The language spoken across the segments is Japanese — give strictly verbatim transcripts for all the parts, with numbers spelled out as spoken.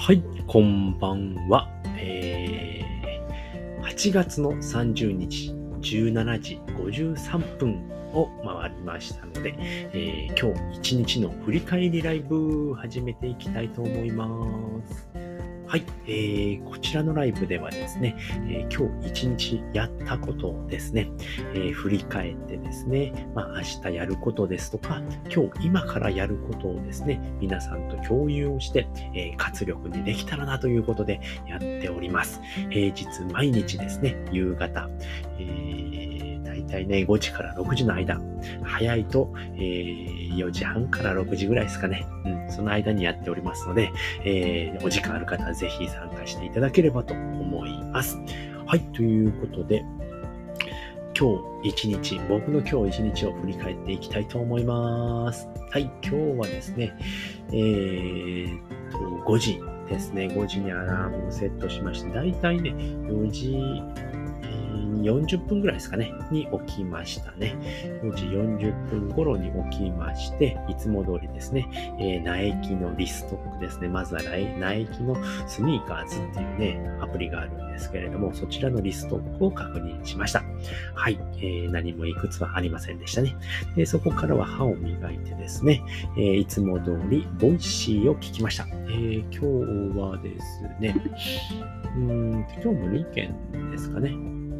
はい、こんばんは。えー、はちがつのさんじゅうにちじゅうしちじごじゅうさんぷんを回りましたので、えー、今日一日の振り返りライブ始めていきたいと思います。はい、えー、こちらのライブではですね、えー、今日一日やったことをですね、えー、振り返ってですね、まあ明日やることですとか、今日今からやることをですね、皆さんと共有をして、えー、活力にできたらなということでやっております。平日毎日ですね、夕方、えー、だいたいね、ごじからろくじの間、早いと、えー、よじはんからろくじぐらいですかね。うん、その間にやっておりますので、えー、お時間ある方はぜひ参加していただければと思います。はい、ということで、今日一日、僕の今日一日を振り返っていきたいと思います。はい、今日はですね、えー、とごじですね、ごじにアラームをセットしまして、だいたいね、よじよんじゅっぷんぐらいですかね、に起きましたね。よじよんじゅっぷん頃に起きまして、いつも通りですね、えー、ナイキのリストックですね。まずはナイキのスニーカーズっていうね、アプリがあるんですけれども、そちらのリストックを確認しました。はい、えー、何もいくつはありませんでしたね。でそこからは歯を磨いてですね、えー、いつも通りボイシーを聞きました。えー、今日はですね、うーん、今日もにけんですかね。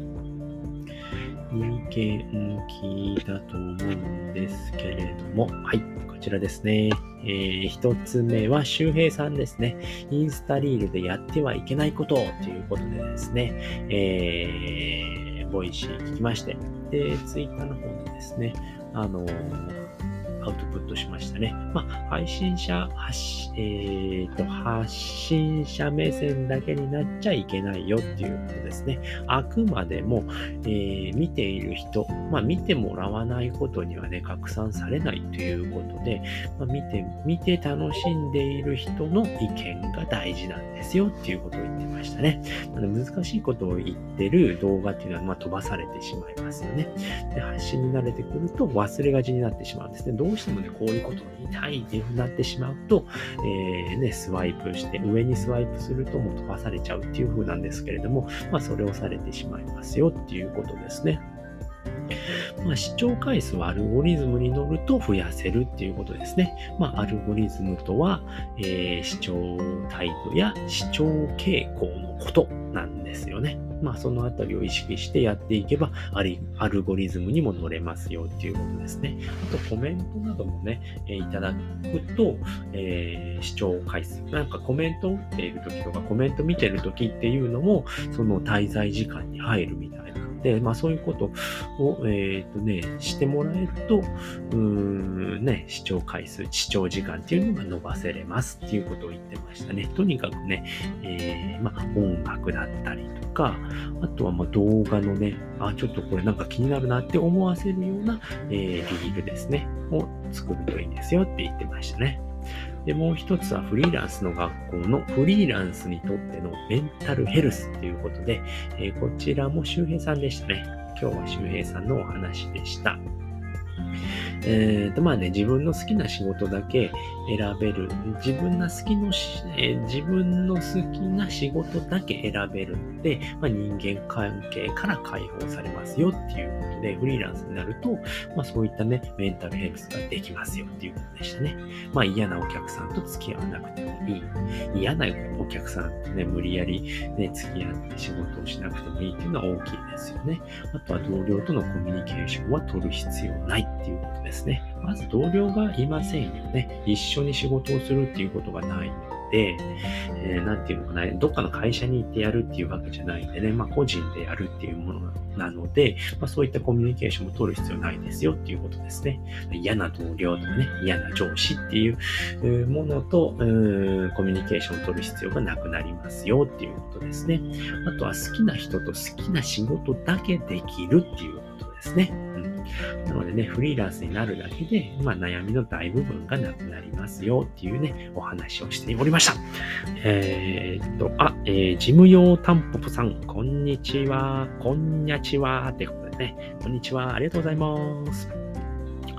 にけん聞いたと思うんですけれども、はい、こちらですね。えー、一つ目は周平さんですね。インスタリールでやってはいけないことということでですね、えー、ボイシー聞きまして、で、ツイッターの方でですね、あのー、アウトプットしましたね。まあ、配信者、発、えーと、発信者目線だけになっちゃいけないよっていうことですね。あくまでも、えー、見ている人、まあ、見てもらわないことにはね、拡散されないということで、まあ、見て、見て楽しんでいる人の意見が大事なんですよっていうことを言ってましたね。なので難しいことを言ってる動画っていうのは、まあ、飛ばされてしまいますよね。で、発信に慣れてくると忘れがちになってしまうんですね。どうしてもね、こういうことを言いたいっていう風になってしまうと、えー、ね、スワイプして、上にスワイプするともう飛ばされちゃうっていう風なんですけれども、まあ、それをされてしまいますよっていうことですね。まあ、視聴回数はアルゴリズムに乗ると増やせるっていうことですね。まあ、アルゴリズムとは、えー、視聴態度や視聴傾向のことなんですよね。まあ、そのあたりを意識してやっていけば、アリ、アルゴリズムにも乗れますよっていうことですね。あと、コメントなどもね、えー、いただくと、えー、視聴回数。なんかコメントを打っているときとか、コメント見てるときっていうのも、その滞在時間に入るみたいな。で、まあそういうことを、えっとね、してもらえると、うーん、ね、視聴回数、視聴時間っていうのが伸ばせれますっていうことを言ってましたね。とにかくね、えー、まあ音楽だったりとか、あとはまあ動画のね、あ、ちょっとこれなんか気になるなって思わせるような、えー、リールですね、を作るといいんですよって言ってましたね。で、もう一つはフリーランスの学校のフリーランスにとってのメンタルヘルスということで、えー、こちらも周平さんでしたね。今日は周平さんのお話でした。えーと、まあね、自分の好きな仕事だけ選べる。自分の好きのし、えー、自分の好きな仕事だけ選べるので、まあ、人間関係から解放されますよっていうことで、フリーランスになると、まあそういったね、メンタルヘルスができますよっていうことでしたね。まあ嫌なお客さんと付き合わなくてもいい。嫌なお客さんとね、無理やりね、付き合って仕事をしなくてもいいっていうのは大きいですよね。あとは同僚とのコミュニケーションは取る必要ないっていうことですね。まず同僚がいませんよね。一緒に仕事をするっていうことがないので、えー、なんていうのかな、どっかの会社に行ってやるっていうわけじゃないんでね、まあ個人でやるっていうものなので、まあそういったコミュニケーションも取る必要ないですよっていうことですね。嫌な同僚とかね、嫌な上司っていうものと、コミュニケーションを取る必要がなくなりますよっていうことですね。あとは好きな人と好きな仕事だけできるっていうことですね。なのでね、フリーランスになるだけで、まあ、悩みの大部分がなくなりますよっていうね、お話をしておりました。えー、っと、あ、えー、事務用タンポポさん、こんにちは、こんにゃちは、ってことでね、こんにちは、ありがとうございます。は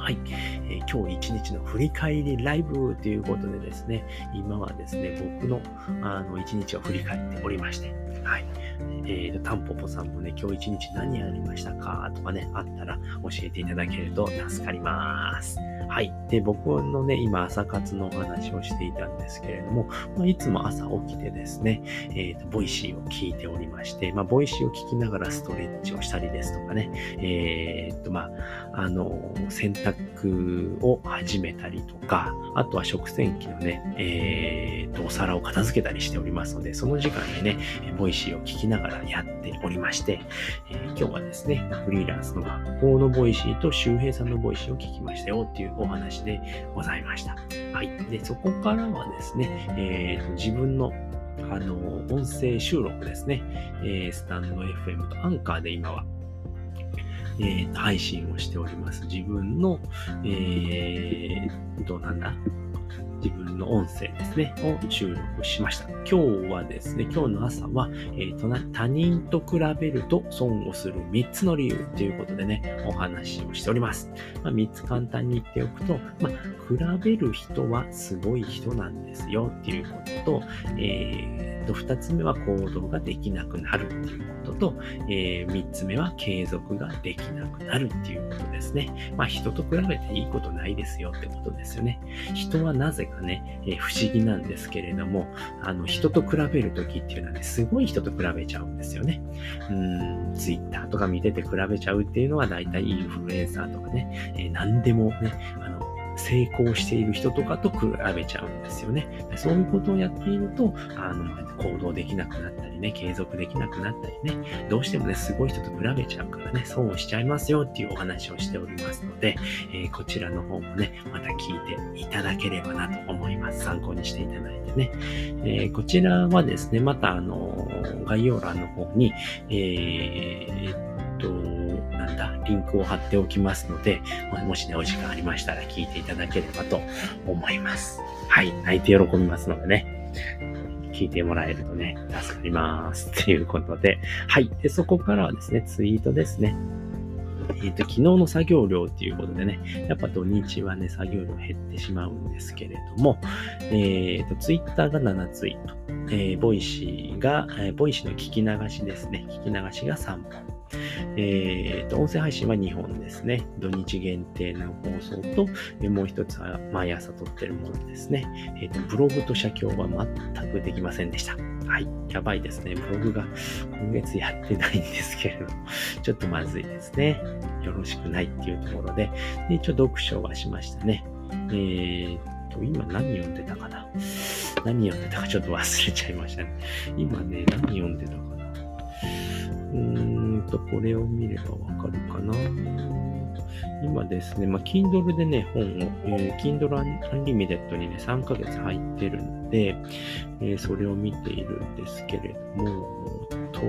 はい、えー、今日一日の振り返りライブということでですね、今はですね、僕のあの一日を振り返っておりまして、はい。えーと、タンポポさんもね、今日一日何やりましたかとかね、あったら教えていただけると助かります。はい。で、僕のね、今朝活のお話をしていたんですけれども、まあ、いつも朝起きてですね、えーと、ボイシーを聞いておりまして、まあ、ボイシーを聞きながらストレッチをしたりですとかね、えーと、まあ、あの、洗濯を始めたりとか、あとは食洗機のね、えーと、お皿を片付けたりしておりますので、その時間にね、ボイシーを聞きながらやっておりまして、えー、今日はですね、フリーランスの学校のボイシーと周平さんのボイシーを聞きましたよっていうお話でございました。はい。で、そこからはですね、えーと、自分のあの、音声収録ですね、えー、スタンド エフエム とアンカーで今はえー、配信をしております。自分の、えー、どうなんだ自分の音声ですね、を収録しました。今日はですね、今日の朝は、えーと、他人と比べると損をするみっつの理由ということでね、お話をしております。まあ、みっつ簡単に言っておくと、まあ、比べる人はすごい人なんですよっていうことと、えーと、ふたつめは行動ができなくなるっていうことと、えー、みっつめは継続ができなくなるっていうことですね。まあ、人と比べていいことないですよってことですよね。人はなぜかね、えー、不思議なんですけれども、あの、人と比べるときっていうのはね、すごい人と比べちゃうんですよね。うーん、ツイッターとか見てて比べちゃうっていうのは大体インフルエンサーとかね、えー、何でもね、あの、成功している人とかと比べちゃうんですよね。そういうことをやっていると、あの、行動できなくなったりね、継続できなくなったりね、どうしてもね、すごい人と比べちゃうからね、損をしちゃいますよっていうお話をしておりますので、えー、こちらの方もね、また聞いていただければなと思います。参考にしていただいてね。えー、こちらはですね、またあの、概要欄の方に、えー、っと、なんだ、リンクを貼っておきますので、もしね、お時間ありましたら聞いていただければと思います。はい、泣いて喜びますのでね、聞いてもらえるとね、助かります。ということで、はい。で、そこからはですね、ツイートですね。えっと、昨日の作業量っていうことでね、やっぱ土日はね、作業量減ってしまうんですけれども、えっと、ツイッターがななツイート、えー、ボイシーが、えー、ボイシーの聞き流しですね、聞き流しがさんぼん。えーと、音声配信はにほんですね。土日限定の放送と、えー、もう一つは毎朝撮ってるものですね。えーと、ブログと写経は全くできませんでした。はい。やばいですね。ブログが今月やってないんですけれども、ちょっとまずいですね。よろしくないっていうところで、で一応読書はしましたね。えーと、今何読んでたかな何読んでたかちょっと忘れちゃいましたね。今ね、何読んでたかなうーんと、これを見ればわかるかな。今ですね、まあ、Kindle でね、本を、えー、Kindle Unlimited にね、さんかげつ入ってるので、えー、それを見ているんですけれども、と、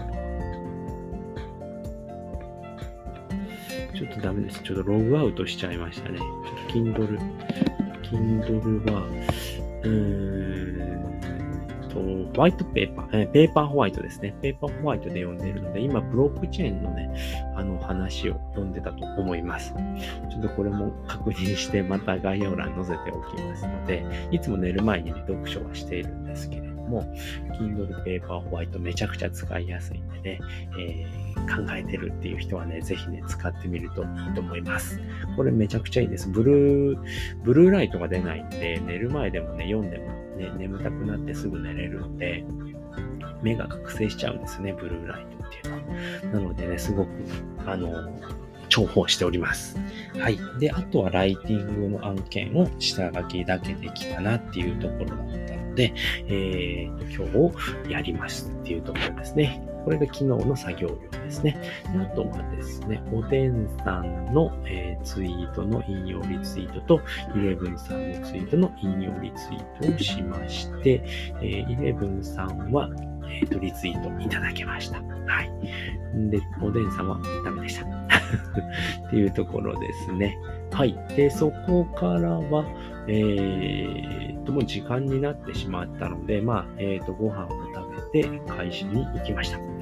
ちょっとダメです。ちょっとログアウトしちゃいましたね。ちょっと Kindle、Kindle は、うーん、ホワイトペーパー、えー、ペーパーホワイトですね。ペーパーホワイトで読んでいるので、今、ブロックチェーンのね、あの話を読んでたと思います。ちょっとこれも確認して、また概要欄載せておきますので、いつも寝る前にね、読書はしているんですけれども、Kindle ペーパーホワイトめちゃくちゃ使いやすいんでね、えー、考えてるっていう人はね、ぜひね、使ってみるといいと思います。これめちゃくちゃいいです。ブルー、ブルーライトが出ないんで、寝る前でもね、読んでもね、眠たくなってすぐ寝れるんで、目が覚醒しちゃうんですね、ブルーライトっていうのは。なのでね、すごく、あの、重宝しております。はい。で、あとはライティングの案件を下書きだけできたなっていうところだったので、えー、今日やりますっていうところですね。これが昨日の作業量ですね。であとはですね、おでんさんの、えー、ツイートの引用リツイートと、イレブンさんのツイートの引用リツイートをしまして、えー、イレブンさんは、えーと、リツイートいただけました。はい。で、おでんさんはダメでした。っていうところですね。はい。で、そこからは、えーと、もう時間になってしまったので、まあ、えーと、ご飯を食べて会社に行きました。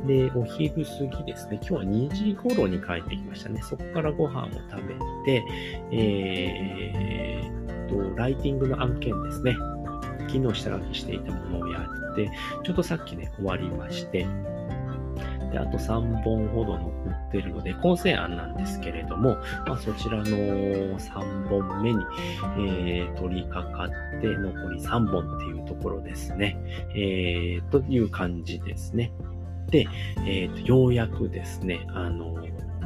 で、お昼過ぎですね。今日はにじ頃に帰ってきましたね。そこからご飯を食べて、えー、っと、ライティングの案件ですね。昨日下書きしていたものをやって、ちょっとさっきね、終わりまして、であとさんぼんほど残ってるので、構成案なんですけれども、まあ、そちらのさんぼんめに、えー、取り掛かって残りさんぼんっていうところですね。えー、という感じですね。で、えーと、ようやくですね、あの、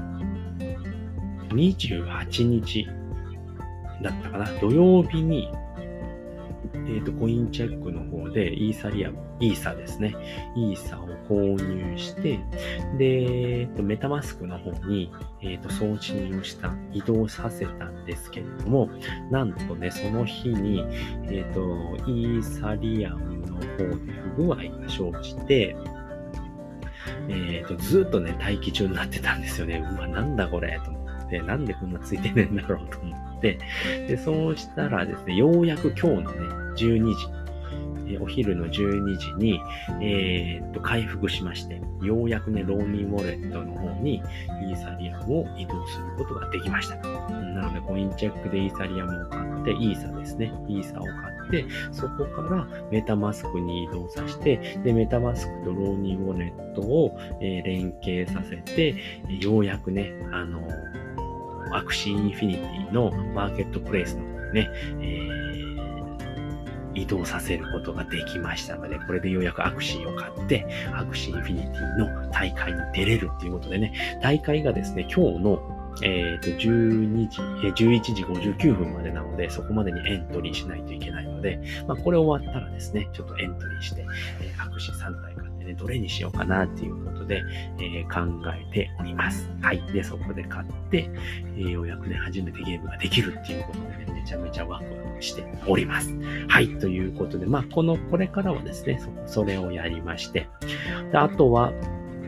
にじゅうはちにちだったかな、土曜日に、えっと、コインチェックの方でイーサリアム、イーサですね。イーサを購入して、で、えっと、メタマスクの方に、えっと、送信をした、移動させたんですけれども、なんとね、その日に、えっと、イーサリアムの方で不具合が生じて、えっと、ずっとね、待機中になってたんですよね。うわ、なんだこれと思って、なんでこんなついてねえんだろうと思って、で、そうしたらですね、ようやく今日のね、じゅうにじ、えー、お昼のじゅうにじに、えー、っと、回復しまして、ようやくね、ローニーウォレットの方にイーサリアムを移動することができました。なので、コインチェックでイーサリアムを買って、イーサですね、イーサを買って、そこからメタマスクに移動させて、で、メタマスクとローニーウォレットを、えー、連携させて、ようやくね、あのー、アクシーインフィニティのマーケットプレイスの方にね、えー移動させることができましたので、これでようやくアクシーを買って、アクシーインフィニティの大会に出れるっていうことでね、大会がですね、今日のえっと、じゅうにじ、えじゅういちじごじゅうきゅうふんまでなので、そこまでにエントリーしないといけないので、まあ、これ終わったらですね、ちょっとエントリーして、えー、アクシーさんたい買ってね、どれにしようかなっていうことで、えー、考えております。はい。で、そこで買って、えー、ようやくね、初めてゲームができるっていうことでね、めちゃめちゃワクワクしております。はい。ということで、まあ、この、これからはですね、そ、それをやりまして、であとは、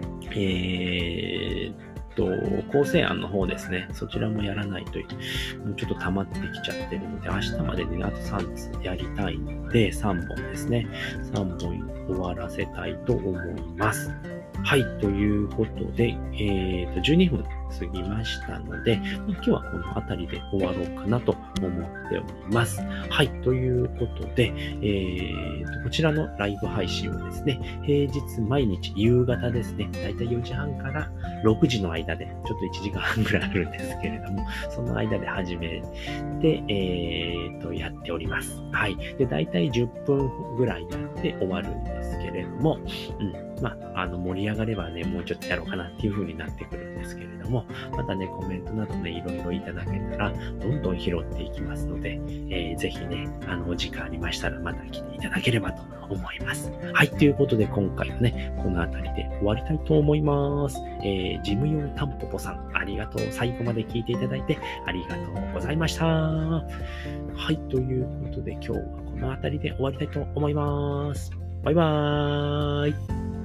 えー、と、構成案の方ですね。そちらもやらないと、もうちょっと溜まってきちゃってるので、明日までに、ね、あとさんつやりたいので、さんぼんですね。さんぼん終わらせたいと思います。はい、ということで、えーと、じゅうにふん過ぎましたので、今日はこの辺りで終わろうかなと思っております。はい、ということで、えーと、こちらのライブ配信はですね、平日毎日夕方ですね、だいたいよじはんからろくじの間で、ちょっといちじかんはんぐらいあるんですけれども、その間で始めて、えーと、やっております。はい。で、だいたいじゅっぷんぐらいやって終わるんですけれども、うん。まあ、あの、盛り上がればね、もうちょっとやろうかなっていう風になってくるんですけれども、またね、コメントなどね、いろいろいただけたら、どんどん拾っていきますので、えー、ぜひね、あの、お時間ありましたら、また来ていただければと思います。はい、ということで、今回はね、この辺りで終わりたいと思います。えー、事務用タンポポさん、ありがとう。最後まで聞いていただいて、ありがとうございました。はい、ということで、今日はこの辺りで終わりたいと思います。バイバーイ。